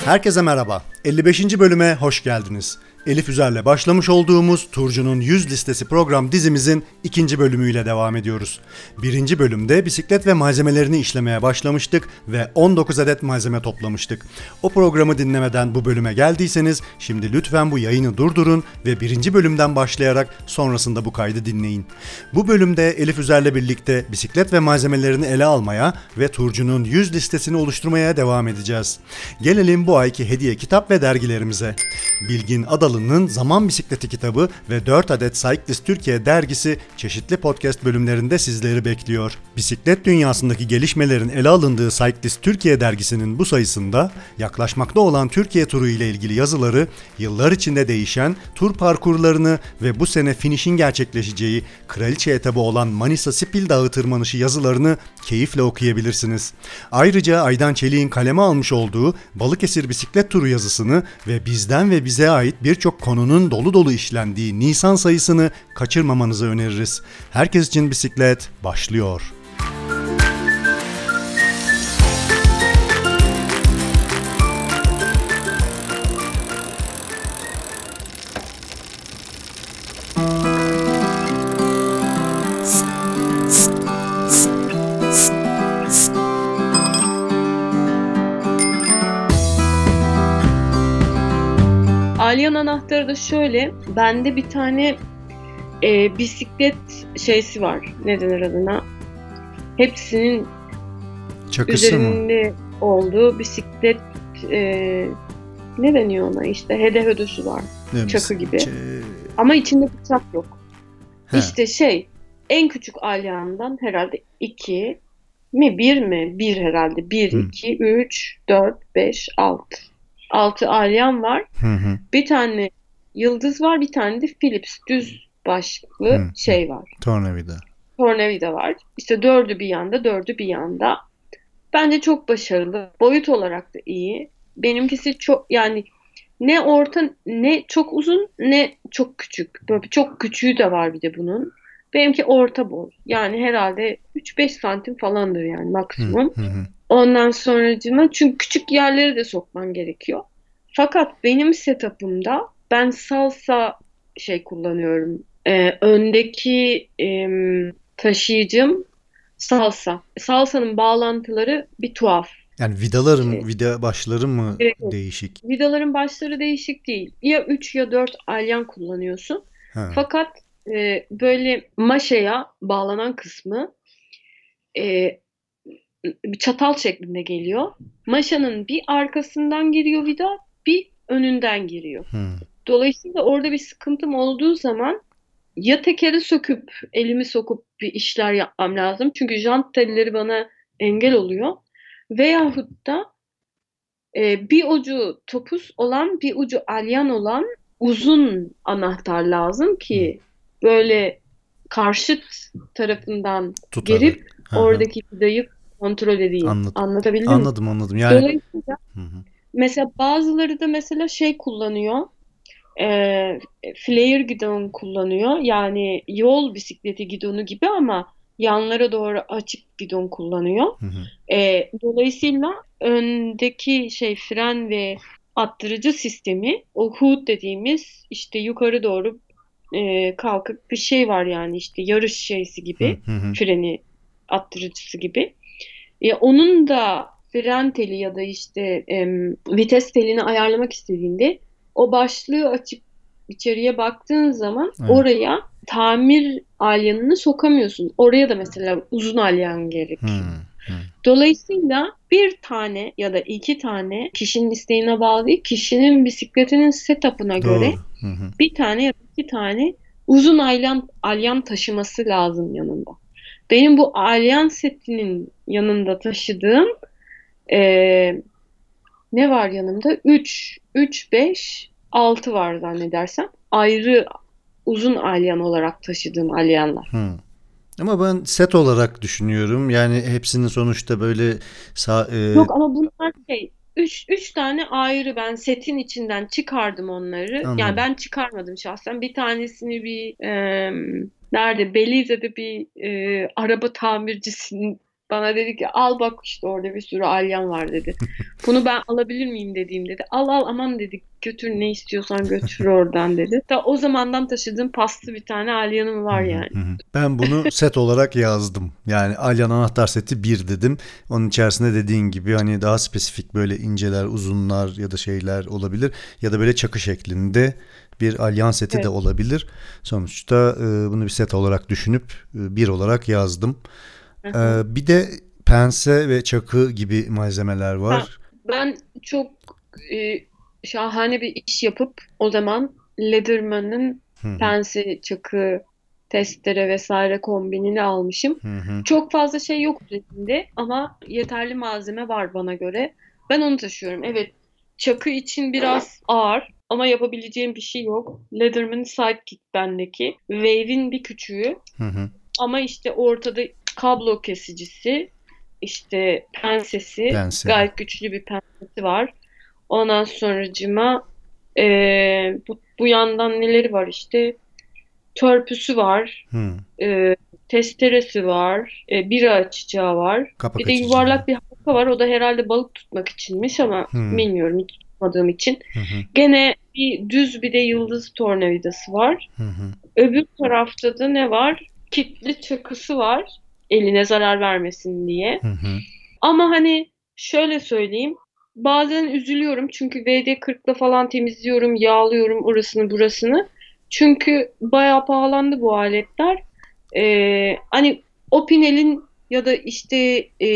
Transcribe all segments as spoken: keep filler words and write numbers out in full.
Herkese merhaba. elli beşinci bölüme hoş geldiniz. Elif Üzer'le başlamış olduğumuz Turcu'nun yüz listesi program dizimizin ikinci bölümüyle devam ediyoruz. Birinci bölümde bisiklet ve malzemelerini işlemeye başlamıştık ve on dokuz adet malzeme toplamıştık. O programı dinlemeden bu bölüme geldiyseniz şimdi lütfen bu yayını durdurun ve birinci bölümden başlayarak sonrasında bu kaydı dinleyin. Bu bölümde Elif Üzer'le birlikte bisiklet ve malzemelerini ele almaya ve Turcu'nun yüz listesini oluşturmaya devam edeceğiz. Gelelim bu ayki hediye kitap ve dergilerimize. Bilgin Adalı'nın Zaman Bisikleti kitabı ve dört adet Cyclist Türkiye dergisi çeşitli podcast bölümlerinde sizleri bekliyor. Bisiklet dünyasındaki gelişmelerin ele alındığı Cyclist Türkiye dergisinin bu sayısında yaklaşmakta olan Türkiye turu ile ilgili yazıları, yıllar içinde değişen tur parkurlarını ve bu sene finişin gerçekleşeceği kraliçe etabı olan Manisa Spil Dağı tırmanışı yazılarını keyifle okuyabilirsiniz. Ayrıca Aydan Çelik'in kaleme almış olduğu Balıkesir bisiklet turu yazısını ve bizden ve bize ait birçok konunun dolu dolu işlendiği Nisan sayısını kaçırmamanızı öneririz. Herkes için bisiklet başlıyor. Alyan anahtarı da şöyle, bende bir tane e, bisiklet şeysi var, ne denir adına, hepsinin Çakısı üzerinde mı? olduğu bisiklet, e, ne deniyor ona, işte hede hödüsü var, Ne, çakı gibi ç- ama içinde bıçak yok. He. İşte şey, en küçük alyandan herhalde iki mi, bir mi, bir herhalde, bir, Hı. iki, üç, dört, beş, altı. Altı alyan var. Hı hı. Bir tane yıldız var, bir tane de Philips düz başlı Hı. şey var. Tornavida. Tornavida var. İşte dördü bir yanda, dördü bir yanda. Bence çok başarılı. Boyut olarak da iyi. Benimkisi çok, yani ne orta, ne çok uzun, ne çok küçük. Böyle çok küçüğü de var bir de bunun. Benimki orta boy. Yani herhalde üç beş santim falandır yani Hı maksimum. hı. hı. Ondan sonracığıma, çünkü küçük yerleri de sokman gerekiyor. Fakat benim setup'ımda ben salsa şey kullanıyorum. Ee, öndeki em, taşıyıcım salsa. Salsanın bağlantıları bir tuhaf. Yani vidalarım, Şey, vida başları mı direkt yok. değişik? Vidaların başları değişik değil. Ya üç ya dört alyan kullanıyorsun. Ha. Fakat e, böyle maşaya bağlanan kısmı e, bir çatal şeklinde geliyor. Maşanın bir arkasından giriyor vida, bir önünden giriyor. Hı. Dolayısıyla orada bir sıkıntım olduğu zaman ya tekeri söküp elimi sokup bir işler yapmam lazım. Çünkü jant telleri bana engel oluyor. Veyahut da e, bir ucu topuz olan, bir ucu alyan olan uzun anahtar lazım ki böyle karşıt tarafından Tutarak. gerip Hı hı. oradaki vidayı kontrol edeyim. Anladım. Anlatabildim mi? Anladım anladım. Yani Dolayısıyla hı hı. mesela bazıları da mesela şey kullanıyor. E, flare gidon kullanıyor. Yani yol bisikleti gidonu gibi ama yanlara doğru açık gidon kullanıyor. Hı hı. E, dolayısıyla öndeki şey fren ve attırıcı sistemi, o hood dediğimiz işte yukarı doğru e, kalkık bir şey var, yani işte yarış şeysi gibi, Hı hı. freni attırıcısı gibi. E, onun da fren teli ya da işte em, vites telini ayarlamak istediğinde o başlığı açıp içeriye baktığın zaman Evet. oraya tamir alyanını sokamıyorsun. Oraya da mesela uzun alyan Hı gerekiyor. hı. Dolayısıyla bir tane ya da iki tane, kişinin isteğine bağlı değil, kişinin bisikletinin setup'ına göre Doğru. Hı hı. bir tane ya da iki tane uzun alyan, alyan taşıması lazım yanında. Benim bu alyan setinin yanında taşıdığım eee, ne var yanımda? üç, üç, beş, altı var zannedersem. Ayrı uzun alyan olarak taşıdığım alyanlar. Hı. Ama ben set olarak düşünüyorum. Yani hepsinin sonuçta böyle sağ, e, Yok ama bunlar şey, üç, üç tane ayrı, ben setin içinden çıkardım onları. Yani anladım. ben çıkarmadım şahsen. Bir tanesini bir eee, nerede? Belize'de bir eee, araba tamircisinin Bana dedi ki al bak işte orada bir sürü alyan var dedi. Bunu ben alabilir miyim dediğim dedi. Al al aman dedi götür ne istiyorsan götür oradan dedi. Ta o zamandan taşıdığım paslı bir tane alyanım Hı var hı, yani. hı hı. Ben bunu set olarak yazdım. Yani Alyan anahtar seti bir dedim. Onun içerisinde dediğin gibi hani daha spesifik böyle inceler, uzunlar ya da şeyler olabilir. Ya da böyle çakı şeklinde bir Alyan seti de Evet. olabilir. Sonuçta e, bunu bir set olarak düşünüp e, bir olarak yazdım. Hı E, hı. bir de pense ve çakı gibi malzemeler Ha, var. ben çok e, şahane bir iş yapıp o zaman Leatherman'ın Hı hı, pense, çakı, testere vesaire kombinini almışım. hı hı, Çok fazla şey yok üzerinde ama yeterli malzeme var bana göre. Ben onu taşıyorum. Evet, çakı için biraz ağır ama yapabileceğim bir şey yok. Leatherman Sidekick bendeki. Wave'in bir küçüğü hı hı. ama işte ortada kablo kesicisi, işte pensesi, Pense. gayet güçlü bir pensesi var. Ondan sonracıma eee, bu, bu yandan neleri var işte törpüsü var, Hı. eee, testeresi var, e, bira açacağı var. Kapak Bir de açıcı. yuvarlak bir halka var. O da herhalde balık tutmak içinmiş ama Hı bilmiyorum hiç tutmadığım için. hı, hı Gene bir düz bir de yıldız tornavidası var. hı, hı Öbür tarafta da ne var? Kitli çakısı var. Eline zarar vermesin diye. hı, hı. Ama hani şöyle söyleyeyim. Bazen üzülüyorum çünkü V D kırkla falan temizliyorum, yağlıyorum orasını burasını. Çünkü bayağı pahalandı bu aletler. Ee, hani Opinel'in ya da işte e,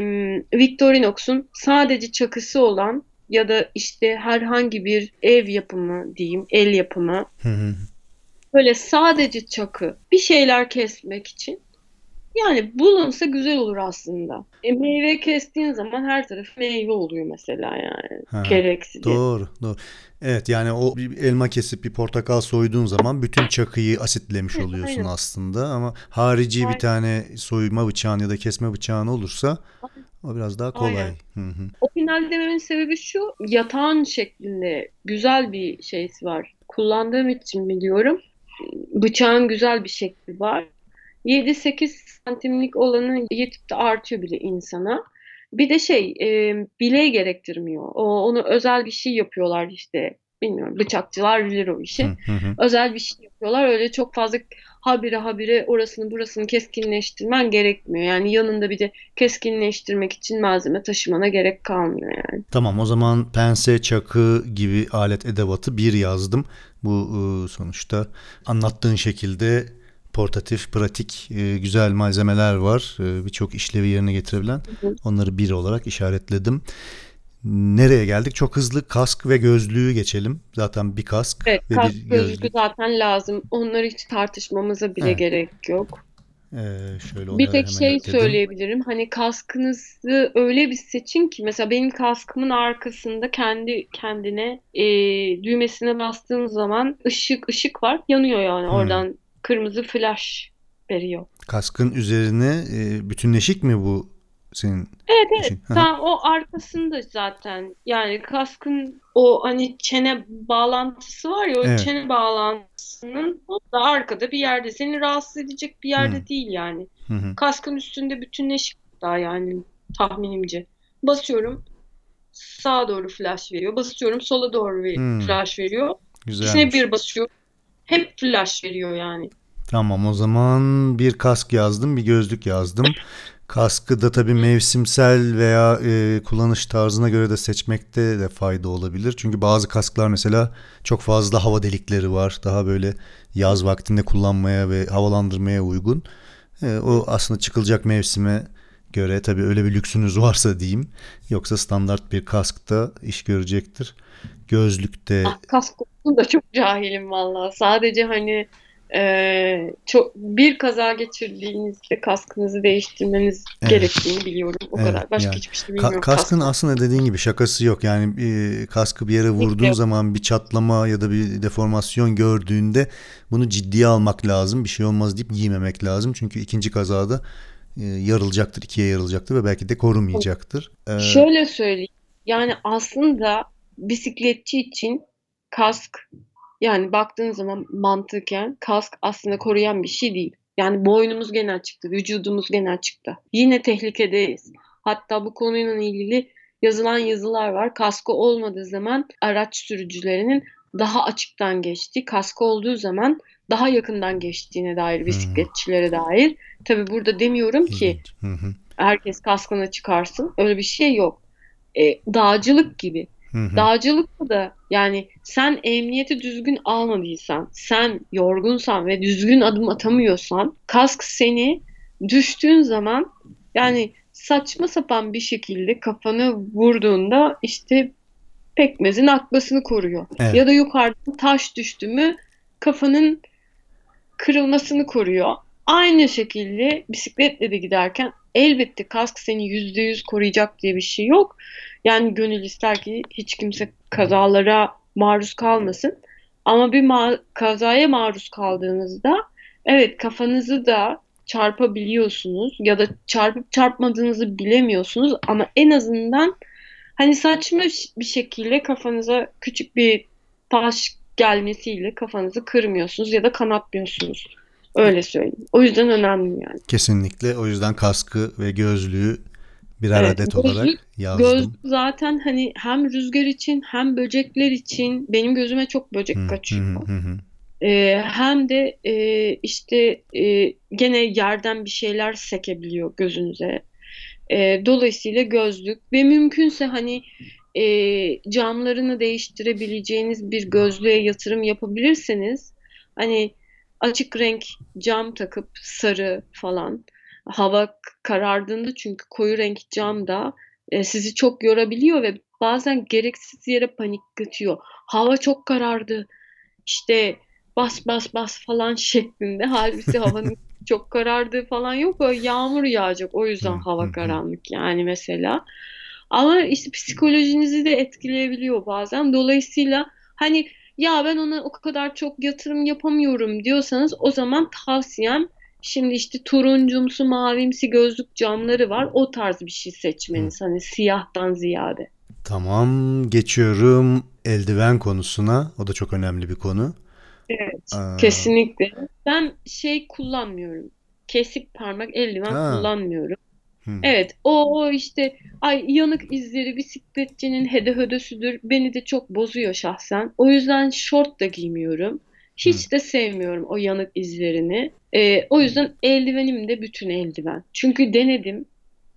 Victorinox'un sadece çakısı olan ya da işte herhangi bir ev yapımı diyeyim, el yapımı Hı hı. böyle sadece çakı bir şeyler kesmek için yani bulunsa güzel olur aslında. E, meyve kestiğin zaman her tarafı meyve oluyor mesela yani. Ha, Gereksiz yere. doğru, doğru. Evet yani o bir elma kesip bir portakal soyduğun zaman bütün çakıyı asitlemiş Evet, oluyorsun aynen. aslında ama harici bir Aynen. tane soyma bıçağın ya da kesme bıçağın olursa o biraz daha kolay. Aynen. Hı hı. O final dememin sebebi şu, yatağın şeklinde güzel bir şeysi var. Kullandığım için biliyorum. Bıçağın güzel bir şekli var. yedi sekiz santimlik olanı yetip de artıyor bile insana. Bir de şey, e, bileği gerektirmiyor. O, onu özel bir şey yapıyorlar işte. Bilmiyorum, bıçakçılar bilir o Hı işi. hı, hı. Özel bir şey yapıyorlar. Öyle çok fazla habire habire orasını burasını keskinleştirmen gerekmiyor. Yani yanında bir de keskinleştirmek için malzeme taşımana gerek kalmıyor yani. Tamam o zaman pense, çakı gibi alet edevatı bir yazdım. Bu e, sonuçta anlattığın şekilde portatif, pratik, e, güzel malzemeler var. E, Birçok işlevi yerine getirebilen. Hı hı. Onları bir olarak işaretledim. Nereye geldik? Çok hızlı kask ve gözlüğü geçelim. Zaten bir kask Evet, ve bir kask gözlüğü gözlük. zaten lazım. Onları hiç tartışmamıza bile Evet. gerek yok. Ee, şöyle Bir onları tek hemen şey ekledim. söyleyebilirim. Hani kaskınızı öyle bir seçin ki mesela benim kaskımın arkasında kendi kendine e, düğmesine bastığım zaman ışık ışık var. Yanıyor yani Hmm. oradan kırmızı flash veriyor. Kaskın üzerine e, bütünleşik mi bu senin Evet, evet. işin? Hı hı. Tam o arkasında zaten. Yani kaskın o hani çene bağlantısı var ya o Evet. çene bağlantısının o da arkada bir yerde. Seni rahatsız edecek bir Hmm. yerde değil yani. Hı hı. Kaskın üstünde bütünleşik daha yani tahminimce. Basıyorum sağa doğru flash veriyor. Basıyorum sola doğru bir Hmm. flash veriyor. İkisine Güzelmiş. bir basıyorum. Hep flash veriyor yani. Tamam o zaman bir kask yazdım, bir gözlük yazdım. Kaskı da tabii mevsimsel veya e, kullanış tarzına göre de seçmekte de fayda olabilir. Çünkü bazı kasklar mesela çok fazla hava delikleri var. Daha böyle yaz vaktinde kullanmaya ve havalandırmaya uygun. E, o aslında çıkılacak mevsime göre tabii öyle bir lüksünüz varsa diyeyim. Yoksa standart bir kask da iş görecektir. Gözlükte Ah, kask konusunda çok cahilim valla. Sadece hani e, çok bir kaza geçirdiğinizde kaskınızı değiştirmeniz evet. gerektiğini biliyorum. O Evet kadar. Başka yani hiçbir şey ka- bilmiyorum kaskın kask aslında konusunda. dediğin gibi şakası yok. Yani e, kaskı bir yere Kesinlikle vurduğun yok. zaman bir çatlama ya da bir deformasyon gördüğünde bunu ciddiye almak lazım. Bir şey olmaz deyip giymemek lazım. Çünkü ikinci kazada e, yarılacaktır, ikiye yarılacaktır ve belki de korumayacaktır. E, Şöyle söyleyeyim. Yani aslında bisikletçi için kask yani baktığın zaman mantıken kask aslında koruyan bir şey değil. Yani boynumuz gene açıktı, vücudumuz gene açıkta. Yine tehlikedeyiz. Hatta bu konuyla ilgili yazılan yazılar var. Kasko olmadığı zaman araç sürücülerinin daha açıktan geçtiği, kasko olduğu zaman daha yakından geçtiğine dair, Hmm, bisikletçilere dair. Tabii burada demiyorum ki ilginç. Hı hı. herkes kaskını çıkarsın. Öyle bir şey yok. E, dağcılık gibi. Hı hı. Dağcılıkta da yani sen emniyeti düzgün almadıysan, sen yorgunsan ve düzgün adım atamıyorsan, kask seni düştüğün zaman yani saçma sapan bir şekilde kafanı vurduğunda işte pekmezin akmasını koruyor. Evet. Ya da yukarıdan taş düştü mü kafanın kırılmasını koruyor. Aynı şekilde bisikletle de giderken elbette kask seni yüzde yüz koruyacak diye bir şey yok. Yani gönül ister ki hiç kimse kazalara maruz kalmasın. Ama bir ma- kazaya maruz kaldığınızda evet kafanızı da çarpabiliyorsunuz ya da çarpıp çarpmadığınızı bilemiyorsunuz ama en azından hani saçma bir şekilde kafanıza küçük bir taş gelmesiyle kafanızı kırmıyorsunuz ya da kanatmıyorsunuz. Öyle söyleyeyim. O yüzden önemli yani. Kesinlikle. O yüzden kaskı ve gözlüğü birer Evet, adet gözlük olarak gözlük yazdım. zaten hani hem rüzgar için hem böcekler için benim gözüme çok Hı böcek hı kaçıyor. hı hı. Ee, hem de e, işte e, gene yerden bir şeyler sekebiliyor gözünüze. E, dolayısıyla gözlük ve mümkünse hani e, camlarını değiştirebileceğiniz bir gözlüğe yatırım yapabilirseniz hani açık renk cam takıp sarı falan hava karardığında çünkü koyu renk cam da e, sizi çok yorabiliyor ve bazen gereksiz yere paniklatıyor. Hava çok karardı işte bas bas bas falan şeklinde. Halbuki havanın çok karardığı falan yok. O yağmur yağacak. O Hı yüzden hı hava hı. karanlık yani mesela. Ama işte psikolojinizi de etkileyebiliyor bazen. Dolayısıyla hani ya ben ona o kadar çok yatırım yapamıyorum diyorsanız o zaman tavsiyem şimdi işte turuncumsu mavimsi gözlük camları var. O tarz bir şey Hı. seçmeniz. Hani siyahtan ziyade. Tamam, geçiyorum eldiven konusuna. O da çok önemli bir konu. Evet, Aa, kesinlikle. Ben şey kullanmıyorum. Kesik parmak eldiven ha, kullanmıyorum. hı, Evet, o, o işte ay yanık izleri bisikletçinin hede hödösüdür. Beni de çok bozuyor şahsen. O yüzden şort da giymiyorum. hı. Hiç de sevmiyorum o yanık izlerini. Ee, o yüzden eldivenim de bütün eldiven. Çünkü denedim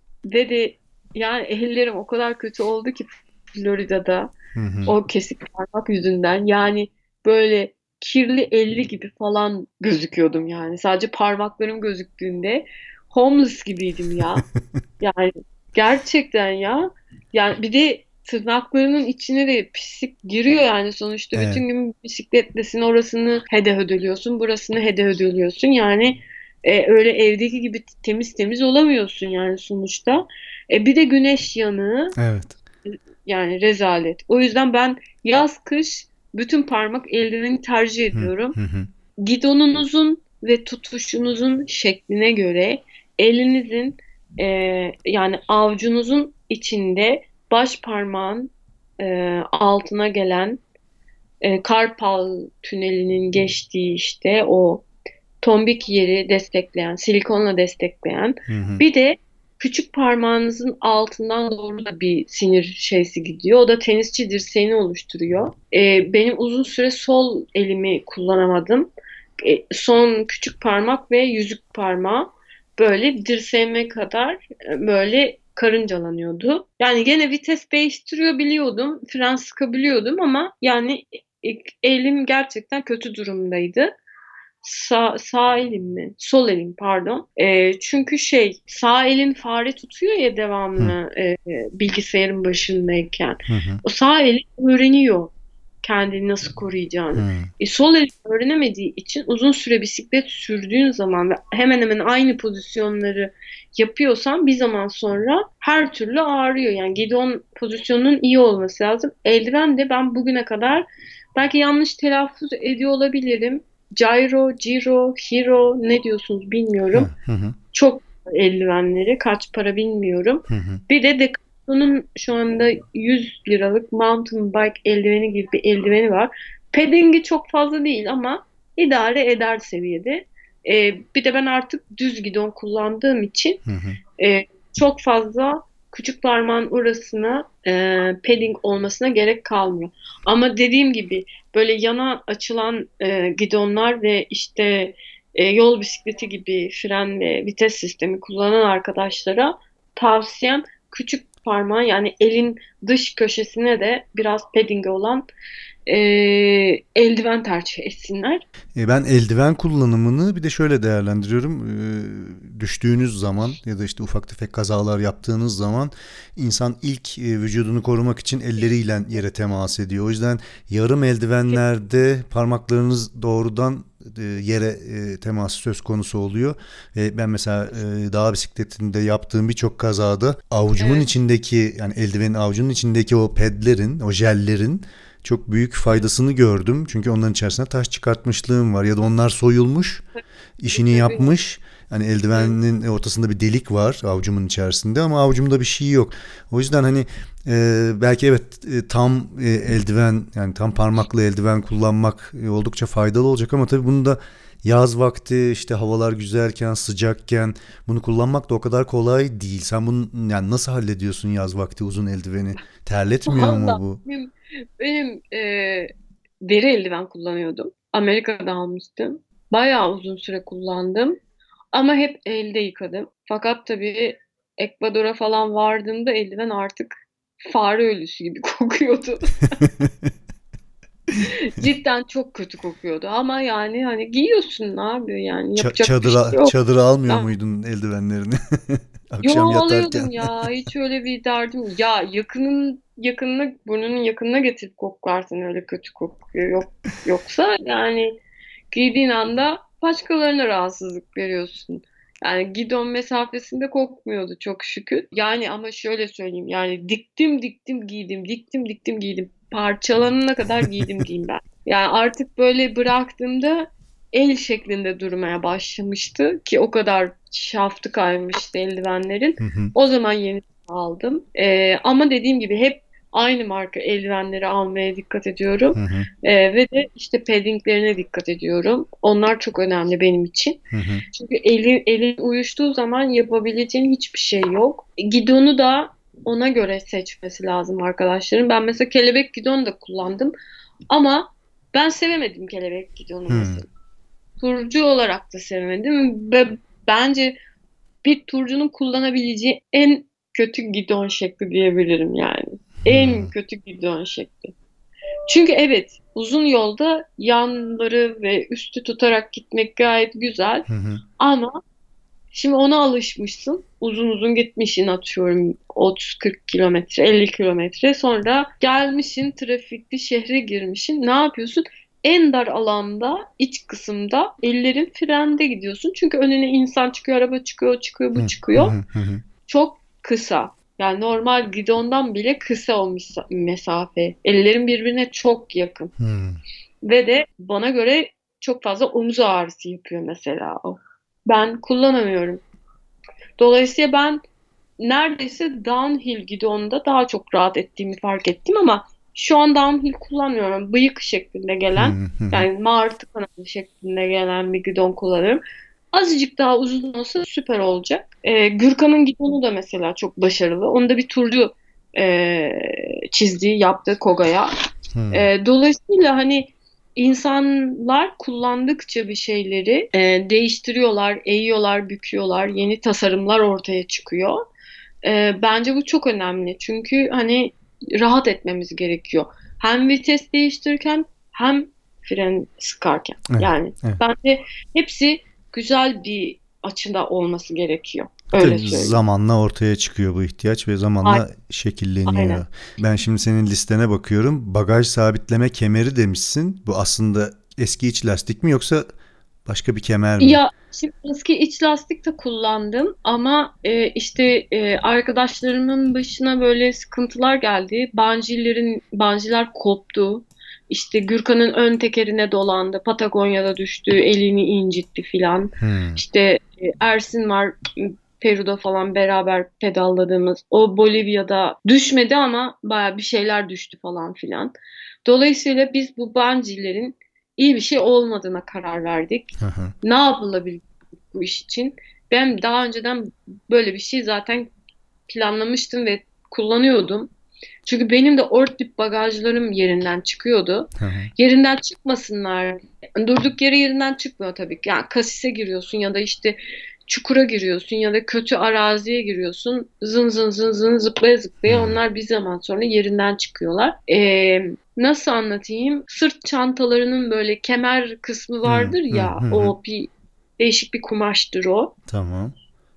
ve de yani ellerim o kadar kötü oldu ki Florida'da. Hı hı. O kesik parmak yüzünden yani böyle kirli elli gibi falan gözüküyordum yani. Sadece parmaklarım gözüktüğünde homeless gibiydim ya. Yani gerçekten ya. Yani bir de tırnaklarının içine de pislik giriyor yani sonuçta. Evet, Bütün gün bisikletlesin orasını hede hödeliyorsun, burasını hede hödeliyorsun. Yani e, öyle evdeki gibi temiz temiz olamıyorsun yani sonuçta. E, bir de güneş yanığı. evet. Yani rezalet. O yüzden ben yaz kış bütün parmak eldiveni tercih Hı ediyorum. hı hı. Gidonunuzun ve tutuşunuzun şekline göre elinizin e, yani avucunuzun içinde baş parmağın e, altına gelen e, karpal tünelinin geçtiği işte o tombik yeri destekleyen, silikonla destekleyen. Hı hı. Bir de küçük parmağınızın altından doğru da bir sinir şeysi gidiyor. O da tenisçi dirseğini oluşturuyor. Ee, benim uzun süre sol elimi kullanamadım. Ee, son küçük parmak ve yüzük parmağı böyle dirseğime kadar e, böyle karıncalanıyordu. Yani gene vites değiştiriyor biliyordum, fren sıkabiliyordum ama yani e, elim gerçekten kötü durumdaydı. Sağ, sağ elim mi? Sol elim pardon. Ee, çünkü şey sağ elin fare tutuyor ya Hı devamlı e, e, bilgisayarın başındayken. hı hı. O sağ elin öğreniyor kendini nasıl koruyacağını. Hı. E, sol elin öğrenemediği için uzun süre bisiklet sürdüğün zaman ve hemen hemen aynı pozisyonları yapıyorsan bir zaman sonra her türlü ağrıyor. Yani gidon pozisyonunun iyi olması lazım. Eldiven de ben bugüne kadar belki yanlış telaffuz ediyor olabilirim. Gyro, Giro, Hero ne diyorsunuz bilmiyorum. Ha, hı hı. Çok eldivenleri kaç para bilmiyorum. Hı hı. Bir de Decathlon'un şu anda yüz liralık mountain bike eldiveni gibi bir eldiveni var. Padding'i çok fazla değil ama idare eder seviyede. E, bir de ben artık düz gidon kullandığım için Hı hı. e, çok fazla küçük parmağın orasına e, padding olmasına gerek kalmıyor. Ama dediğim gibi böyle yana açılan e, gidonlar ve işte e, yol bisikleti gibi fren ve vites sistemi kullanan arkadaşlara tavsiyem küçük parmağın yani elin dış köşesine de biraz padding olan e, eldiven tercih etsinler. E, Ben eldiven kullanımını bir de şöyle değerlendiriyorum. E, Düştüğünüz zaman ya da işte ufak tefek kazalar yaptığınız zaman insan ilk e, vücudunu korumak için elleriyle yere temas ediyor. O yüzden yarım eldivenlerde parmaklarınız doğrudan e, yere e, temas söz konusu oluyor. Ve ben mesela e, dağ bisikletinde yaptığım birçok kazada avucumun Evet, içindeki yani eldivenin avucunun içindeki o pedlerin, o jellerin çok büyük faydasını gördüm. Çünkü onların içerisine taş çıkartmışlığım var ya da onlar soyulmuş, tabii işini tabii. yapmış. Hani Evet. eldivenin ortasında bir delik var avucumun içerisinde ama avucumda bir şey yok. O yüzden hani e, belki evet e, tam e, eldiven yani tam parmaklı eldiven kullanmak e, oldukça faydalı olacak ama tabii bunu da yaz vakti işte havalar güzelken sıcakken bunu kullanmak da o kadar kolay değil. Sen bunu yani nasıl hallediyorsun yaz vakti uzun eldiveni? Terletmiyor mu Valla bu? benim, benim e, deri eldiven kullanıyordum. Amerika'da almıştım. Bayağı uzun süre kullandım. Ama hep elde yıkadım. Fakat tabii Ekvador'a falan vardığımda eldiven artık fare ölüsü gibi kokuyordu. Cidden çok kötü kokuyordu. Ama yani hani giyiyorsun abi yani Ça- yapacak bir şey çadıra yok. çadıra almıyor Ben muydun eldivenlerini yo akşam yatarken? alıyordum ya hiç öyle bir derdim. Ya yakının yakınına burnunun yakınına getirip koklarsın öyle kötü kokuyor. Yok yoksa yani giydiğin anda başkalarına rahatsızlık veriyorsun. Yani gidon mesafesinde kokmuyordu çok şükür. Yani ama şöyle söyleyeyim yani diktim diktim giydim diktim diktim giydim. Parçalanana kadar giydim diyeyim ben. Yani artık böyle bıraktığımda el şeklinde durmaya başlamıştı ki o kadar şaftı kaymıştı eldivenlerin. Hı hı, O zaman yenisini aldım. Ee, ama dediğim gibi hep aynı marka eldivenleri almaya dikkat ediyorum. hı hı, Ee, ve de işte paddinglerine dikkat ediyorum. Onlar çok önemli benim için. hı hı. Çünkü elin, elin uyuştuğu zaman yapabileceğin hiçbir şey yok. Gidonu da ona göre seçmesi lazım arkadaşların. Ben mesela kelebek gidon da kullandım. Ama ben sevemedim kelebek gidonu Hı. mesela. Turcu olarak da sevemedim. Ve bence bir turcunun kullanabileceği en kötü gidon şekli diyebilirim yani. En kötü gidon şekli. Çünkü evet uzun yolda yanları ve üstü tutarak gitmek gayet güzel. Hı hı. Ama şimdi ona alışmışsın. Uzun uzun gitmişsin atıyorum otuz kırk kilometre, elli kilometre. Sonra gelmişsin trafikli şehre girmişsin. Ne yapıyorsun? En dar alanda, iç kısımda ellerin frende gidiyorsun. Çünkü önüne insan çıkıyor, araba çıkıyor, o çıkıyor, bu Hı hı, çıkıyor. hı hı. Çok kısa. Yani normal gidondan bile kısa o misa- mesafe. Ellerin birbirine çok yakın. Hı. Ve de bana göre çok fazla omuz ağrısı yapıyor mesela o. Ben kullanamıyorum. Dolayısıyla ben neredeyse downhill gidonda daha çok rahat ettiğimi fark ettim ama şu an downhill kullanmıyorum. Bıyık şeklinde Hı gelen hı. yani martı kanalı şeklinde gelen bir gidon kullanıyorum. Azıcık daha uzun olsa süper olacak. Ee, Gürkan'ın gidonu da mesela çok başarılı. Onu da bir turcu e, çizdiği, yaptığı Koga'ya. Hı. E, dolayısıyla hani insanlar kullandıkça bir şeyleri e, değiştiriyorlar, eğiyorlar, büküyorlar, yeni tasarımlar ortaya çıkıyor. E, bence bu çok önemli çünkü hani rahat etmemiz gerekiyor. Hem vites değiştirirken hem fren sıkarken. Evet, Yani evet. bence hepsi güzel bir açıda olması gerekiyor. Öyle Tabii söyleyeyim. zamanla ortaya çıkıyor bu ihtiyaç ve zamanla Aynen. şekilleniyor. Ben şimdi senin listene bakıyorum. Bagaj sabitleme kemeri demişsin. Bu aslında eski iç lastik mi yoksa başka bir kemer mi? Ya şimdi eski iç lastik de kullandım ama e, işte e, arkadaşlarımın başına böyle sıkıntılar geldi. Bancilerin banciler koptu. İşte Gürkan'ın ön tekerine dolandı. Patagonya'da düştü, elini incitti filan. Hı. İşte e, Ersin var Peru'da falan beraber pedalladığımız. O Bolivya'da düşmedi ama baya bir şeyler düştü falan filan. Dolayısıyla biz bu bancilerin iyi bir şey olmadığına karar verdik. Hı hı. Ne yapılabilir bu iş için? Ben daha önceden böyle bir şey zaten planlamıştım ve kullanıyordum. Çünkü benim de ortip bagajlarım yerinden çıkıyordu. Hı hı. Yerinden çıkmasınlar. Durduk yere yerinden çıkmıyor tabii ki. Yani kasise giriyorsun ya da işte çukura giriyorsun ya da kötü araziye giriyorsun. Zın zın zın zın zıplaya Hı zıplaya hı. onlar bir zaman sonra yerinden çıkıyorlar. Ee, nasıl anlatayım? Sırt çantalarının böyle kemer kısmı Hı vardır hı. ya, Hı hı. o bir değişik bir kumaştır o. Tamam.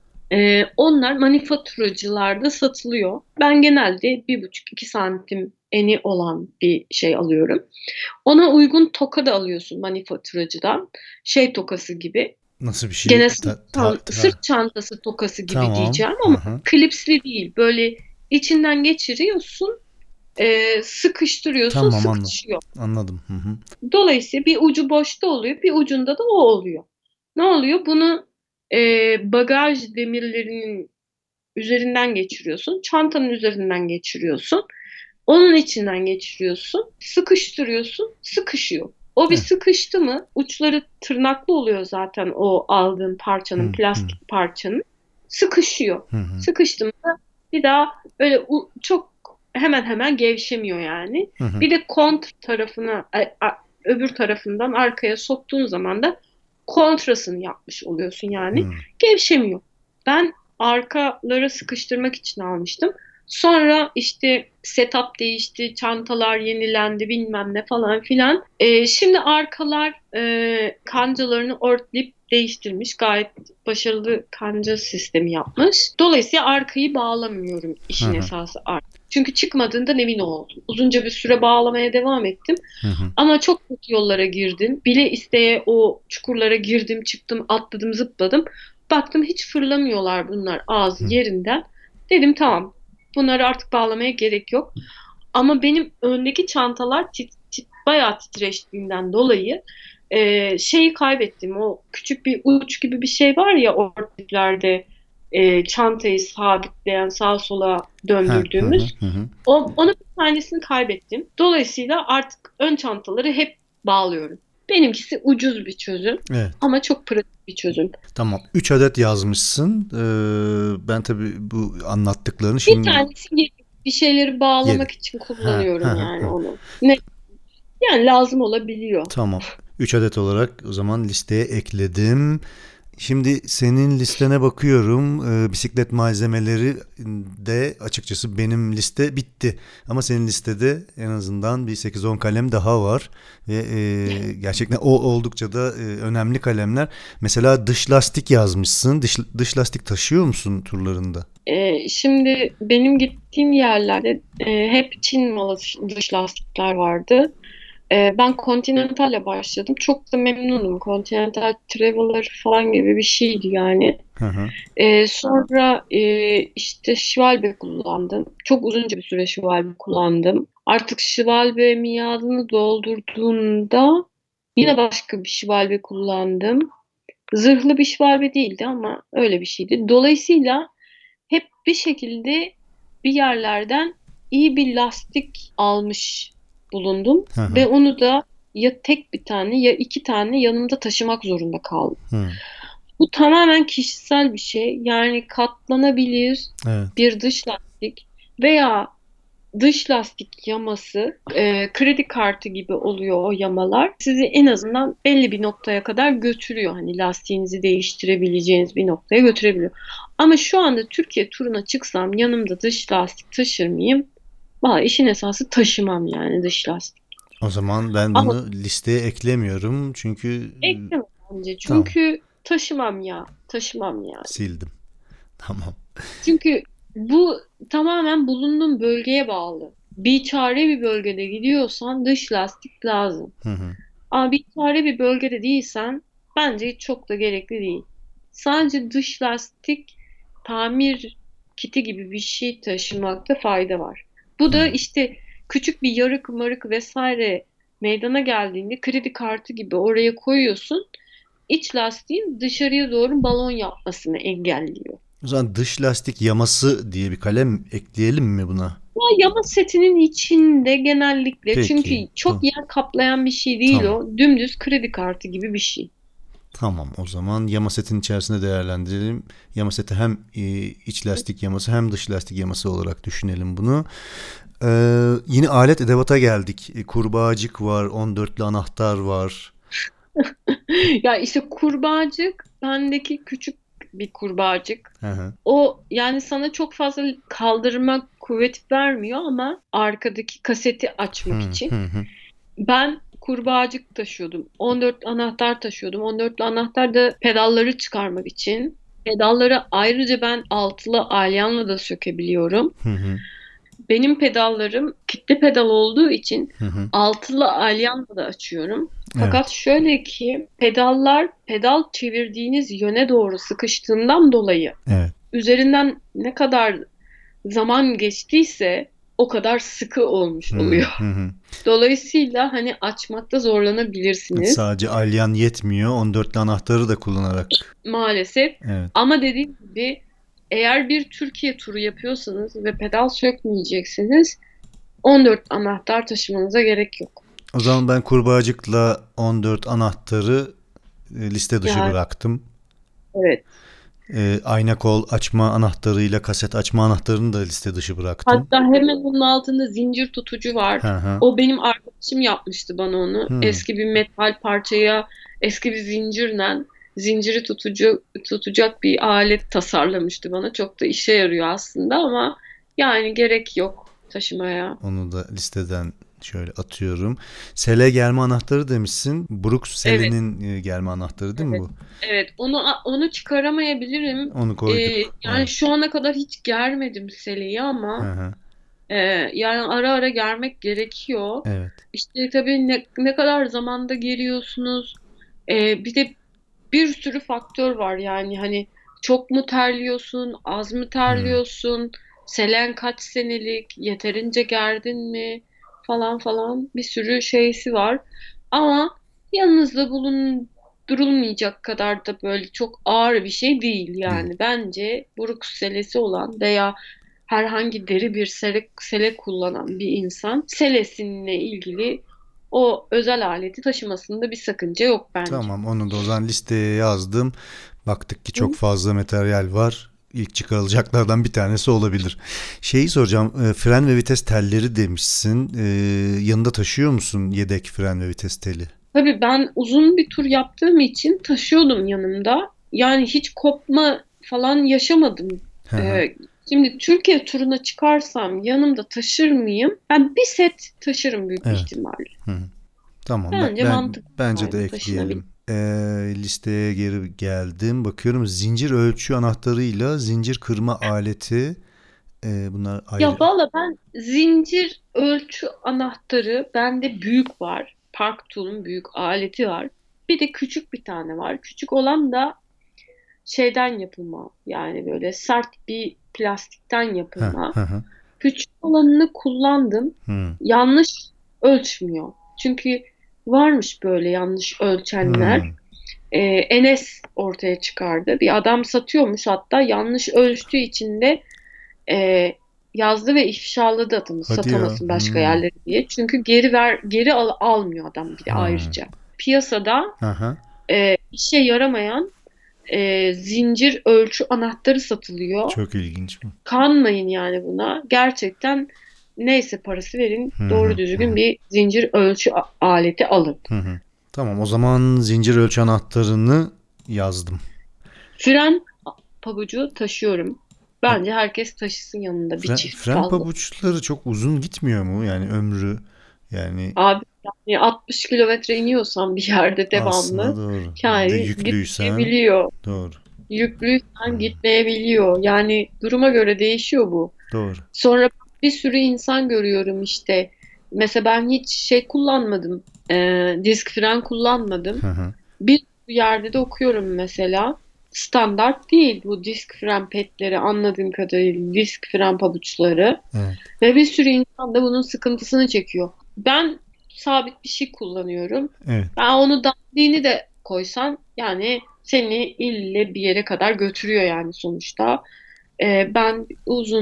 Ee, onlar manifaturacılarda satılıyor. Ben genelde bir buçuk iki santim eni olan bir şey alıyorum. Ona uygun toka da alıyorsun manifaturacıdan. Şey tokası gibi. Nasıl bir şey? Gene Ta, sırt, ta, çan- sırt ta- çantası tokası gibi Tamam. diyeceğim Hı ama hı. klipsli değil. Böyle içinden geçiriyorsun, e, sıkıştırıyorsun, Tamam, anladım. sıkışıyor. Anladım. Hı hı. Dolayısıyla bir ucu boşta oluyor, bir ucunda da o oluyor. Ne oluyor? Bunu e, bagaj demirlerinin üzerinden geçiriyorsun. Çantanın üzerinden geçiriyorsun. Onun içinden geçiriyorsun. Sıkıştırıyorsun. Sıkışıyor. O bir Evet. sıkıştı mı uçları tırnaklı oluyor zaten o aldığın parçanın, Hı hı. plastik parçanın. Sıkışıyor. Hı hı. Sıkıştı mı da bir daha böyle u- çok hemen hemen gevşemiyor yani. Hı hı. Bir de kont tarafına a- a- öbür tarafından arkaya soktuğun zaman da kontrasını yapmış oluyorsun yani. Hı. Gevşemiyor. Ben arkaları sıkıştırmak için almıştım. Sonra işte setup değişti, çantalar yenilendi, bilmem ne falan filan. Ee, şimdi arkalar e, kancalarını ortlayıp değiştirmiş. Gayet başarılı kanca sistemi yapmış. Dolayısıyla arkayı bağlamıyorum, Hı işin hı. esası arka. Çünkü çıkmadığından emin oldum. Uzunca bir süre bağlamaya devam ettim. Hı hı. Ama çok kötü yollara girdim. Bile isteye o çukurlara girdim, çıktım, atladım, zıpladım. Baktım hiç fırlamıyorlar bunlar ağzı Hı. yerinden. Dedim tamam, bunları artık bağlamaya gerek yok. Ama benim öndeki çantalar tit, tit, bayağı titreştiğinden dolayı e, şeyi kaybettim. O küçük bir uç gibi bir şey var ya ortiklerde, e, çantayı sabitleyen, sağa sola Ha, hı hı. döndürdüğümüz. Hı hı. O, onun bir tanesini kaybettim. Dolayısıyla artık ön çantaları hep bağlıyorum. Benimkisi ucuz bir çözüm Evet. ama çok pratik bir çözüm. Tamam. Üç adet yazmışsın. Ee, ben tabii bu anlattıklarını Bir şimdi tanesi yedek, bir şeyleri bağlamak yedi. için Ha, ha, kullanıyorum ha, yani ha. onu. Ne? Yani lazım olabiliyor. Tamam. Üç adet olarak o zaman listeye ekledim. Şimdi senin listene bakıyorum. Ee, bisiklet malzemeleri de açıkçası benim liste bitti. Ama senin listede en azından bir sekiz on kalem daha var. Ve e, gerçekten o oldukça da e, önemli kalemler. Mesela dış lastik yazmışsın. Dış, dış lastik taşıyor musun turlarında? Ee, şimdi benim gittiğim yerlerde e, hep Çin malı dış lastikler vardı. Ee, ben Continental'le başladım. Çok da memnunum. Continental Traveler falan gibi bir şeydi yani. Hı hı. Ee, sonra e, işte Schwalbe kullandım. Çok uzunca bir süre Schwalbe kullandım. Artık Schwalbe miadını doldurduğunda yine başka bir Schwalbe kullandım. Zırhlı bir Schwalbe değildi ama öyle bir şeydi. Dolayısıyla hep bir şekilde bir yerlerden iyi bir lastik almış bulundum Hı hı. ve onu da ya tek bir tane ya iki tane yanımda taşımak zorunda kaldım. Hı. Bu tamamen kişisel bir şey. Yani katlanabilir Evet. bir dış lastik veya dış lastik yaması, e, kredi kartı gibi oluyor o yamalar. Sizi en azından belli bir noktaya kadar götürüyor. Hani lastiğinizi değiştirebileceğiniz bir noktaya götürebiliyor. Ama şu anda Türkiye turuna çıksam yanımda dış lastik taşır mıyım? Valla işin esası taşımam yani dış lastik. O zaman ben Ama bunu listeye eklemiyorum. Çünkü ekleme bence. tamam, Çünkü taşımam ya. Taşımam ya. sildim. Tamam. Çünkü bu tamamen bulunduğun bölgeye bağlı. Bir çare bir bölgede gidiyorsan dış lastik lazım. Hı hı. Ama bir çare bir bölgede değilsen bence hiç çok da gerekli değil. Sadece dış lastik tamir kiti gibi bir şey taşımakta fayda var. Bu da Hı. işte küçük bir yarık marık vesaire meydana geldiğinde kredi kartı gibi oraya koyuyorsun. İç lastiğin dışarıya doğru balon yapmasını engelliyor. O zaman dış lastik yaması diye bir kalem ekleyelim mi buna? Yama setinin içinde genellikle, çünkü Peki. çok Hı, yer kaplayan bir şey değil tamam. o. Dümdüz kredi kartı gibi bir şey. Tamam, o zaman yama setin içerisinde değerlendirelim. Yama seti hem e, iç lastik yaması hem dış lastik yaması olarak düşünelim bunu. Ee, yine alet edevata geldik. E, kurbağacık var, on dörtlü anahtar var. Ya işte kurbağacık, bendeki küçük bir kurbağacık. Hı hı. O yani sana çok fazla kaldırma kuvveti vermiyor ama arkadaki kaseti açmak Hı için. hı hı. Ben kurbağacık taşıyordum. on dört anahtar taşıyordum. on dörtlü anahtar da pedalları çıkarmak için. Pedalları ayrıca ben altılı alyanla da sökebiliyorum. Hı hı. Benim pedallarım kitle pedal olduğu için Hı hı. altılı alyanla da açıyorum. Fakat Evet. şöyle ki pedallar pedal çevirdiğiniz yöne doğru sıkıştığından dolayı Evet. üzerinden ne kadar zaman geçtiyse o kadar sıkı olmuş Hı oluyor. hı hı. Dolayısıyla hani açmakta zorlanabilirsiniz Sadece alyan yetmiyor. on dörtlü anahtarı da kullanarak. maalesef. Evet. Ama dediğim gibi eğer bir Türkiye turu yapıyorsanız ve pedal sökmeyeceksiniz, on dört anahtar taşımanıza gerek yok. O zaman ben kurbağacıkla on dört anahtarı e, liste dışı Yani bıraktım. evet. E, ayna kol açma anahtarıyla kaset açma anahtarını da liste dışı bıraktım. Hatta hemen onun altında zincir tutucu var. Hı hı. O benim arkadaşım yapmıştı bana onu. Hı. Eski bir metal parçaya eski bir zincirle zinciri tutucu tutacak bir alet tasarlamıştı bana. Çok da işe yarıyor aslında ama yani gerek yok taşımaya. Onu da listeden şöyle atıyorum. Sele germe anahtarı demişsin. Brooks Evet, Sele'nin e, germe anahtarı değil mi evet. bu? Evet, onu onu çıkaramayabilirim. Onu Ee, koyduk. yani Evet. şu ana kadar hiç germedim seleyi Hı ama hı. Ee, yani ara ara germek gerekiyor. Evet. İşte tabii ne, ne kadar zamanda geriyorsunuz. Ee, bir de bir sürü faktör var yani hani çok mu terliyorsun, az mı Hı. terliyorsun, selen kaç senelik, yeterince gerdin mi falan falan bir sürü şeysi var. Ama yanınızda bulundurulmayacak kadar da böyle çok ağır bir şey değil Değil. yani. Bence buruk selesi olan veya herhangi deri bir sele, sele kullanan bir insan selesinle ilgili o özel aleti taşımasında bir sakınca yok bence. Tamam, onu da o zaman listeye yazdım. Baktık ki çok Hı? fazla materyal var. İlk çıkarılacaklardan bir tanesi olabilir. Şeyi soracağım. e, Fren ve vites telleri demişsin. E, yanında taşıyor musun yedek fren ve vites teli? Tabii ben uzun bir tur yaptığım için taşıyordum yanımda. Yani hiç kopma falan yaşamadım. Hı hı. Ee, şimdi Türkiye turuna çıkarsam yanımda taşır mıyım? Ben bir set taşırım büyük bir Evet. ihtimalle. Hı hı. Tamam, ben, Bence ben mantıklı bence de yani taşınabilir. ekleyelim. Ee, listeye geri geldim. Bakıyorum zincir ölçü anahtarıyla zincir kırma aleti. Ee, bunlar Ya ayrı. valla ben zincir ölçü anahtarı bende büyük var. Park Tool'un büyük aleti var. Bir de küçük bir tane var. Küçük olan da şeyden yapılma. Yani böyle sert bir plastikten Heh, yapılma. hı hı. Küçük olanını kullandım. Hı. Yanlış ölçmüyor. Çünkü varmış böyle yanlış ölçenler. Hı. Ee, Enes ortaya çıkardı. Bir adam satıyormuş hatta yanlış ölçtüğü için de e, yazdı ve ifşaladı adamı Hadi ya. satamasın başka Hı. yerlere diye. Çünkü geri ver geri al, almıyor adam bir de Hı. ayrıca. Piyasada Hı hı. e, işe yaramayan e, zincir ölçü anahtarı satılıyor. Çok ilginç bu. Kanmayın yani buna. Gerçekten neyse parası verin. Hı Doğru hı. Hı düzgün hı. bir zincir ölçü a- aleti alın. Hı hı. Tamam, o zaman zincir ölçü anahtarını yazdım. Fren pabucu taşıyorum. Bence herkes taşısın yanında bir Fren, çift fren fazla. pabuçları çok uzun gitmiyor mu? Yani ömrü, yani Abi yani altmış kilometre iniyorsan bir yerde aslında devamlı doğru. Bir de yani yüklüysen gitmeyebiliyor. doğru. Yüklüysen gitmeyebiliyor. Yani duruma göre değişiyor bu. Doğru. Sonra bir sürü insan görüyorum işte. Mesela ben hiç şey kullanmadım. Ee, disk fren kullanmadım. Hı hı. Bir yerde de okuyorum mesela. Standart değil bu disk fren petleri anladığım kadarıyla disk fren pabuçları. Evet. Ve bir sürü insan da bunun sıkıntısını çekiyor. Ben sabit bir şey kullanıyorum. Evet. Ben onu dandiğini de koysan yani seni ille bir yere kadar götürüyor yani sonuçta. Ee, ben uzun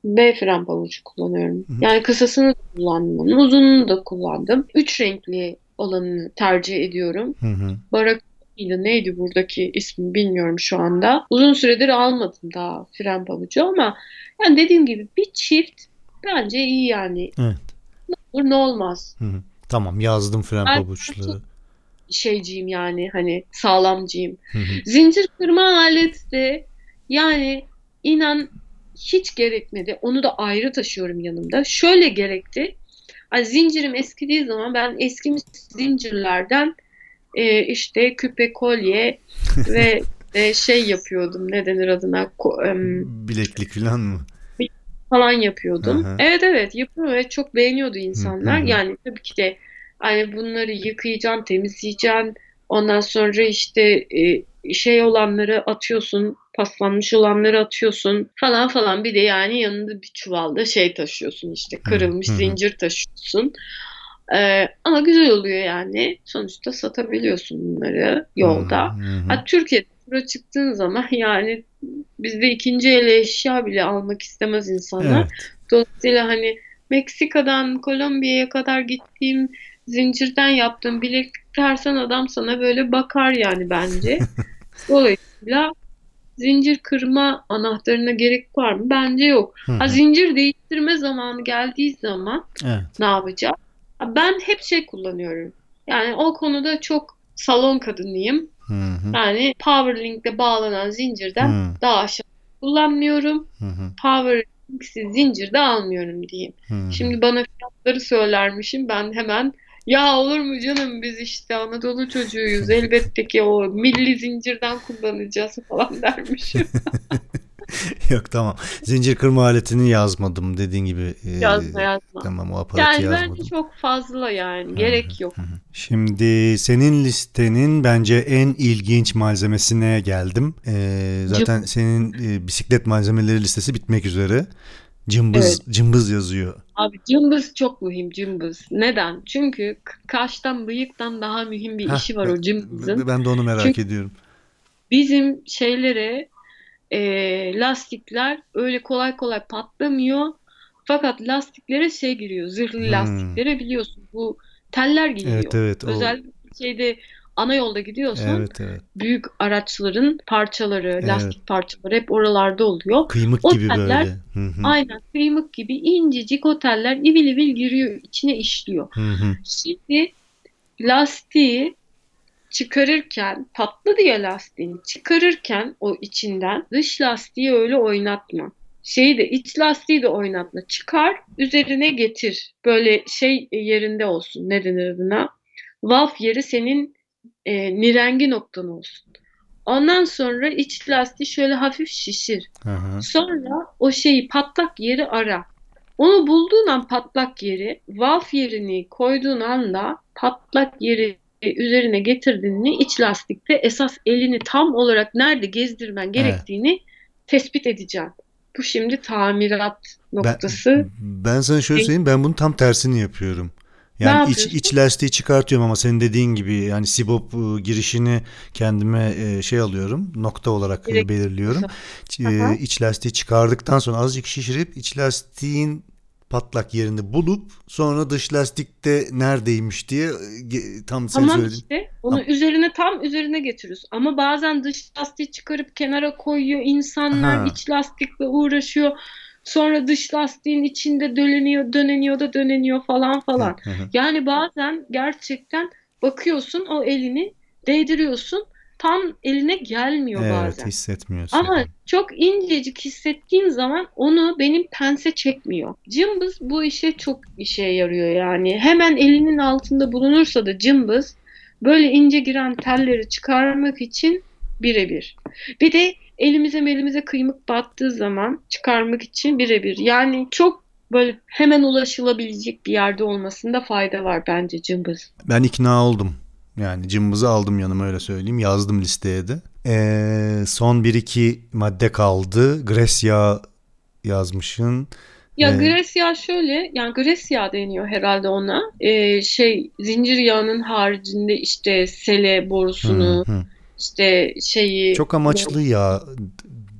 B fren pabucu kullanıyorum. Hı hı. Yani kısasını da kullandım, onun uzununu da kullandım. Üç renkli olanını tercih ediyorum. Hı hı. Barak mıydı, neydi buradaki ismi bilmiyorum şu anda. Uzun süredir almadım daha fren pabucu ama yani dediğim gibi bir çift bence iyi yani. Evet. Olur ne olmaz. Hı hı. Tamam, yazdım fren Ben pabuçları. şeyciyim yani, hani sağlamcıyım. Hı hı. Zincir kırma aleti de yani inan hiç gerekmedi. Onu da ayrı taşıyorum yanımda. Şöyle gerekti. Hani zincirim eskidiği zaman ben eskimiş zincirlerden e, işte küpe, kolye ve e, şey yapıyordum. Ne denir adına? Ko- em, Bileklik falan mı? falan Hı yapıyordum. hı. Evet evet yapıyorum ve çok beğeniyordu Hı insanlar. hı. Yani tabii ki de hani bunları yıkayacaksın, temizleyeceksin. Ondan sonra işte e, şey olanları atıyorsun, paslanmış olanları atıyorsun falan falan. Bir de yani yanında bir çuvalda şey taşıyorsun, işte Hı kırılmış hı. Hı. zincir taşıyorsun. Ee, ama güzel oluyor yani. Sonuçta satabiliyorsun bunları Hı yolda. hı. Ha, Türkiye'de tura çıktığın zaman yani bizde ikinci el eşya bile almak istemez insanlar. Evet. Dolayısıyla hani Meksika'dan Kolombiya'ya kadar gittiğim zincirden yaptığım bileklik dersen adam sana böyle bakar yani bence. Dolayısıyla zincir kırma anahtarına gerek var mı? Bence yok. Hı Ha, hı. zincir değiştirme zamanı geldiği zaman Evet. ne yapacağım? Ha, ben hep şey kullanıyorum. Yani o konuda çok salon kadınıyım. Hı hı. Yani Powerlink'le bağlanan zincirden Hı daha aşağı kullanmıyorum. hı. Hı Powerlink'siz zincir de almıyorum diyeyim. hı. Şimdi bana fiyatları söylermişim. Ben hemen ya olur mu canım, biz işte Anadolu çocuğuyuz. Elbette ki o milli zincirden kullanacağız falan dermişim. Yok, tamam. Zincir kırma aletini yazmadım dediğin gibi. E, Yazma yazma. tamam, o aparatı Yani bence yazmadım. çok fazla, yani Hı hı. gerek yok. Hı hı. Şimdi senin listenin bence en ilginç malzemesine geldim. E, zaten Cımbız. senin e, bisiklet malzemeleri listesi bitmek üzere. Cımbız Evet. cımbız yazıyor. Abi cımbız çok mühim, cımbız. Neden? Çünkü k- kaştan bıyıktan daha mühim bir Hah, işi var ben, o cımbızın. ben de onu merak Çünkü ediyorum. bizim şeylere e, lastikler öyle kolay kolay patlamıyor. Fakat lastiklere şey giriyor. Zırhlı Hmm. lastiklere biliyorsun bu teller Evet, giriyor. evet, o, Özellikle şeyde ana yolda gidiyorsan evet, evet. büyük araçların parçaları, Evet. lastik parçaları hep oralarda oluyor. Kıymık O gibi teller böyle. Hı hı. aynen kıymık gibi incecik, o teller ivil ivil giriyor, içine işliyor. Hı hı. Şimdi lastiği çıkarırken, patladı ya lastiğini çıkarırken o içinden, dış lastiği öyle oynatma. Şeyi de, iç lastiği de oynatma. Çıkar, üzerine getir. Böyle şey yerinde olsun. Ne denir adına? Valf yeri senin e, nirengi noktan olsun. Ondan sonra iç lastiği şöyle hafif şişir. Hı hı. Sonra o şeyi, patlak yeri ara. Onu bulduğun an, patlak yeri, valf yerini koyduğun anda patlak yeri üzerine getirdiğini, iç lastikte esas elini tam olarak nerede gezdirmen Evet. gerektiğini tespit edeceksin. Bu şimdi tamirat Ben noktası. ben sana şöyle E, söyleyeyim, ben bunun tam tersini yapıyorum. Ne Yani iç yapıyorsun? iç lastiği çıkartıyorum ama senin dediğin gibi yani sibop e, girişini kendime e, şey alıyorum, nokta olarak e, Direkt belirliyorum. yapıyorsun. Ç- e, Aha. iç lastiği çıkardıktan sonra azıcık şişirip iç lastiğin patlak yerini bulup sonra dış lastikte neredeymiş diye e, ge- tam senin Tamam söylediğin. işte. Onu Am- üzerine, tam üzerine getiriyorsun. Ama bazen dış lastiği çıkarıp kenara koyuyor insanlar. Ha. İç lastikle uğraşıyor. Sonra dış lastiğin içinde döneniyor, döneniyor da döneniyor falan Hı falan. hı hı. Yani bazen gerçekten bakıyorsun, o elini değdiriyorsun. Tam eline gelmiyor Evet, bazen. hissetmiyorsun. Ama çok incecik hissettiğin zaman onu benim pense çekmiyor. Cımbız bu işe çok işe yarıyor yani. Hemen elinin altında bulunursa da cımbız, böyle ince giren telleri çıkarmak için birebir. Bir de elimize melimize kıymık battığı zaman çıkarmak için birebir. Yani çok böyle hemen ulaşılabilecek bir yerde olmasında fayda var bence cımbız. Ben ikna oldum. Yani cımbızı aldım yanıma, öyle söyleyeyim. Yazdım listeye de. Ee, son bir iki madde kaldı. Gres yağı yazmışsın. Ya Ee, gres yağı şöyle, yani gres yağı deniyor herhalde ona. Ee, şey, zincir yağının haricinde işte sele hı borusunu, hı. işte şeyi, Çok amaçlı bu yağ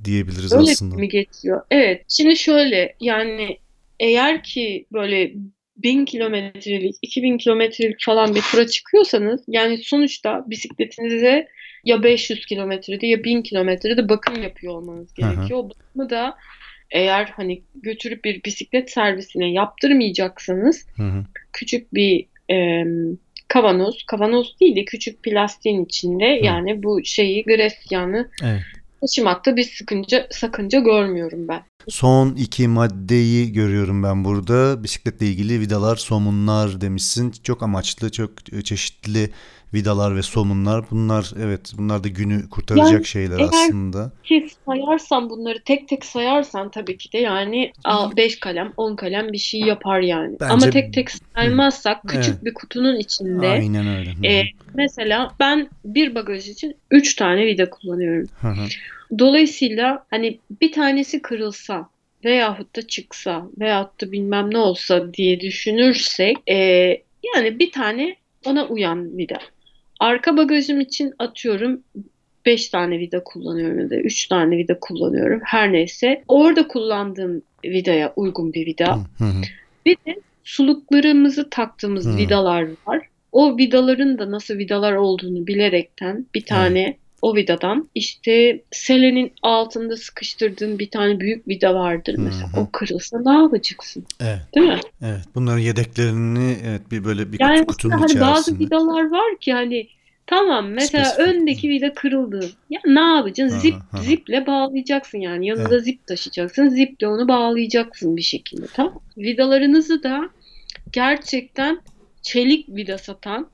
diyebiliriz Öyle aslında. mi geçiyor? Evet. Şimdi şöyle, yani eğer ki böyle bin kilometrelik, iki bin kilometrelik falan bir tura çıkıyorsanız, yani sonuçta bisikletinize ya beş yüz kilometrede ya bin kilometrede bakım yapıyor olmanız Hı hı. gerekiyor. O bakımı da eğer hani götürüp bir bisiklet servisine yaptırmayacaksanız Hı hı. küçük bir e, kavanoz, kavanoz değil de küçük plastiğin içinde, Hı. yani bu şeyi, gres yağını Evet. taşımakta bir sıkınca, sakınca görmüyorum ben. Son iki maddeyi görüyorum ben burada. Bisikletle ilgili vidalar, somunlar demişsin. Çok amaçlı, çok çeşitli vidalar ve somunlar. Bunlar, evet, bunlar da günü kurtaracak Yani şeyler eğer aslında. ki sayarsan, bunları tek tek sayarsan tabii ki de yani beş kalem on kalem bir şey yapar yani. Ama Bence tek tek hı, saymazsak evet, küçük bir kutunun içinde aynen öyle. Hı e, hı. mesela ben bir bagaj için üç tane vida kullanıyorum. Hı hı. Dolayısıyla hani bir tanesi kırılsa veyahut da çıksa veyahut da bilmem ne olsa diye düşünürsek, e, yani bir tane ona uyan vida. Arka bagajım için atıyorum beş tane vida kullanıyorum ya da üç tane vida kullanıyorum. Her neyse. Orada kullandığım vidaya uygun bir Hı vida. hı. Hı. Bir de suluklarımızı taktığımız Hı. vidalar var. O vidaların da nasıl vidalar olduğunu bilerekten bir Evet. tane o vidadan, işte selenin altında sıkıştırdığın bir tane büyük vida vardır Hı mesela. hı. O kırılsa ne yapacaksın? Evet. Değil mi? Evet. Bunların yedeklerini, evet, bir böyle bir Yani kutu, kutunun mesela hani bazı içerisinde vidalar var ki hani tamam, mesela spesifik. öndeki vida kırıldı. Ya ne yapacaksın? Hı Zip hı. Hı hı. ziple bağlayacaksın yani. Evet. Yanında zip taşıyacaksın. Ziple onu bağlayacaksın bir şekilde. Tamam. Vidalarınızı da gerçekten çelik vida satan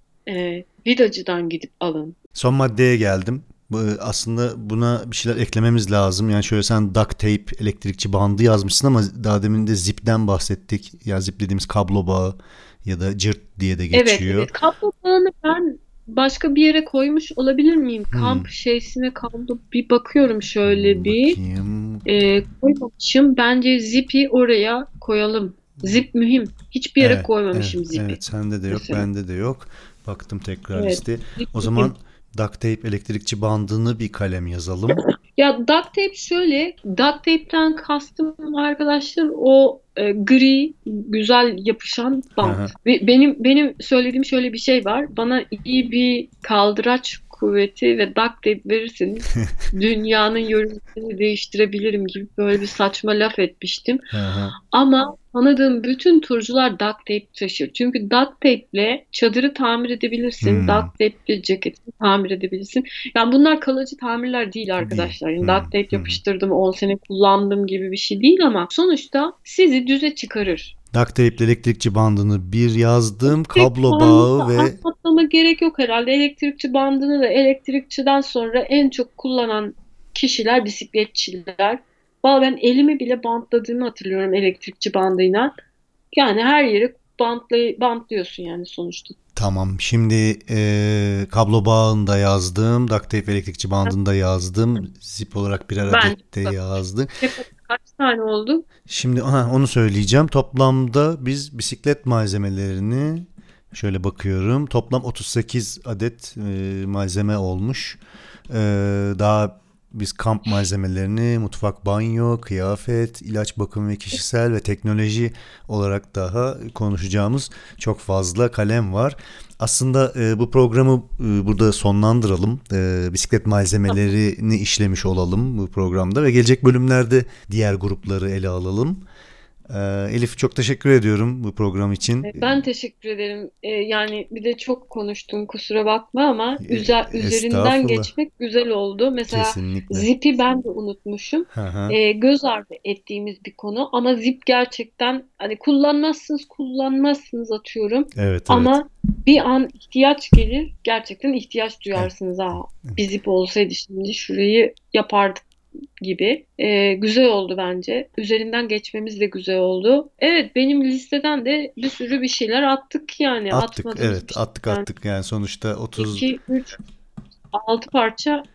e, vidacıdan gidip alın. Son maddeye geldim. Bu, aslında buna bir şeyler eklememiz lazım. Yani şöyle, sen duct tape, elektrikçi bandı yazmışsın ama daha demin de zipten bahsettik. Ya zip dediğimiz kablo bağı ya da cırt diye de Evet, geçiyor. evet. Kablo bağını ben başka bir yere koymuş olabilir miyim? Hmm, Kamp şeysine kablo bir bakıyorum şöyle bir. bakayım. E, koymamışım. Bence Zip'i oraya koyalım. Zip mühim. Hiçbir yere Evet, evet, koymamışım Zip'i evet. Sende de yok, mesela. bende de yok. Baktım tekrar Evet. liste. Zip O mühim. zaman duct tape, elektrikçi bandını bir kalem yazalım. Ya duct tape şöyle, duct tape'ten kastım arkadaşlar o e, gri güzel yapışan Hı bant. hı. Ve benim benim söylediğim şöyle bir şey var. Bana iyi bir kaldıraç kuvveti ve duct tape verirseniz dünyanın yörüngesini değiştirebilirim gibi böyle bir saçma laf etmiştim. Hı hı. Ama tanıdığım bütün turcular duct tape taşır. Çünkü duct tape ile çadırı tamir edebilirsin. Duct Hmm, tape ile ceketini tamir edebilirsin. Yani bunlar kalıcı tamirler değil değil. arkadaşlar. Yani Hmm, duct tape hı hı. yapıştırdım, on sene kullandım gibi bir şey değil ama sonuçta sizi düze çıkarır. Duct tape ile elektrikçi bandını bir yazdım. Elektrik Kablo bandını bağı da ve anlatmama gerek yok herhalde. Elektrikçi bandını da elektrikçiden sonra en çok kullanan kişiler bisikletçiler. Valla ben elimi bile bantladığımı hatırlıyorum elektrikçi bandıyla. Yani her yeri bantlay bantlıyorsun yani sonuçta. tamam. Şimdi eee, kablo bağını da yazdım. Duct tape elektrikçi bandını da yazdım. Zip olarak birer Bence adet de yazdık. ne kadar- kaç tane oldu? Şimdi aha, onu söyleyeceğim. Toplamda biz bisiklet malzemelerini şöyle bakıyorum. Toplam otuz sekiz adet eee, malzeme olmuş. Eee, daha biz kamp malzemelerini, mutfak, banyo, kıyafet, ilaç, bakım ve kişisel ve teknoloji olarak daha konuşacağımız çok fazla kalem var. Aslında e, bu programı e, burada sonlandıralım. E, bisiklet malzemelerini işlemiş olalım bu programda ve gelecek bölümlerde diğer grupları ele alalım. E, Elif, çok teşekkür ediyorum bu program için. E, Ben teşekkür ederim. E, yani bir de çok konuştum, kusura bakma ama E, üzer, üzerinden Estağfurullah. geçmek güzel oldu. Mesela Kesinlikle. Zip'i ben de unutmuşum. Hı hı. E, göz ardı ettiğimiz bir konu ama Zip gerçekten hani kullanmazsınız kullanmazsınız atıyorum. Evet, evet. Ama bir an ihtiyaç gelir, gerçekten ihtiyaç Evet. duyarsınız. Ha, bir Zip olsaydı şimdi şurayı yapardık gibi. Ee, güzel oldu bence. Üzerinden geçmemiz de güzel oldu. Evet, benim listeden de bir sürü bir şeyler attık yani. Attık, Atmadığımız bir evet, şey. attık Yani attık yani sonuçta otuz iki, üç, altı parça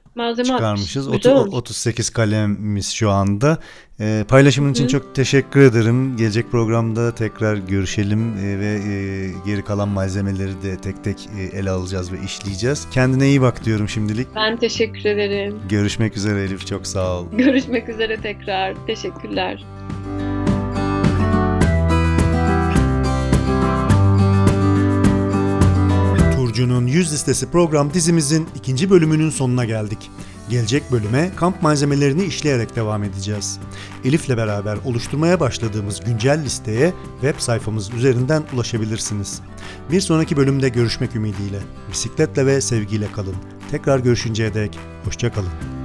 malzeme çıkarmışız. atmış. Güzel Otu- olmuş. otuz sekiz kalemimiz şu anda. Ee, paylaşımın için Hı. çok teşekkür ederim. Gelecek programda tekrar görüşelim e, ve e, geri kalan malzemeleri de tek tek e, ele alacağız ve işleyeceğiz. Kendine iyi bak diyorum şimdilik. Ben teşekkür ederim. Görüşmek üzere Elif, çok sağ ol. Görüşmek üzere tekrar. Teşekkürler. Turcu'nun Yüz Listesi program dizimizin ikinci bölümünün sonuna geldik. Gelecek bölüme kamp malzemelerini işleyerek devam edeceğiz. Elif'le beraber oluşturmaya başladığımız güncel listeye web sayfamız üzerinden ulaşabilirsiniz. Bir sonraki bölümde görüşmek ümidiyle. Bisikletle ve sevgiyle kalın. Tekrar görüşünceye dek hoşça kalın.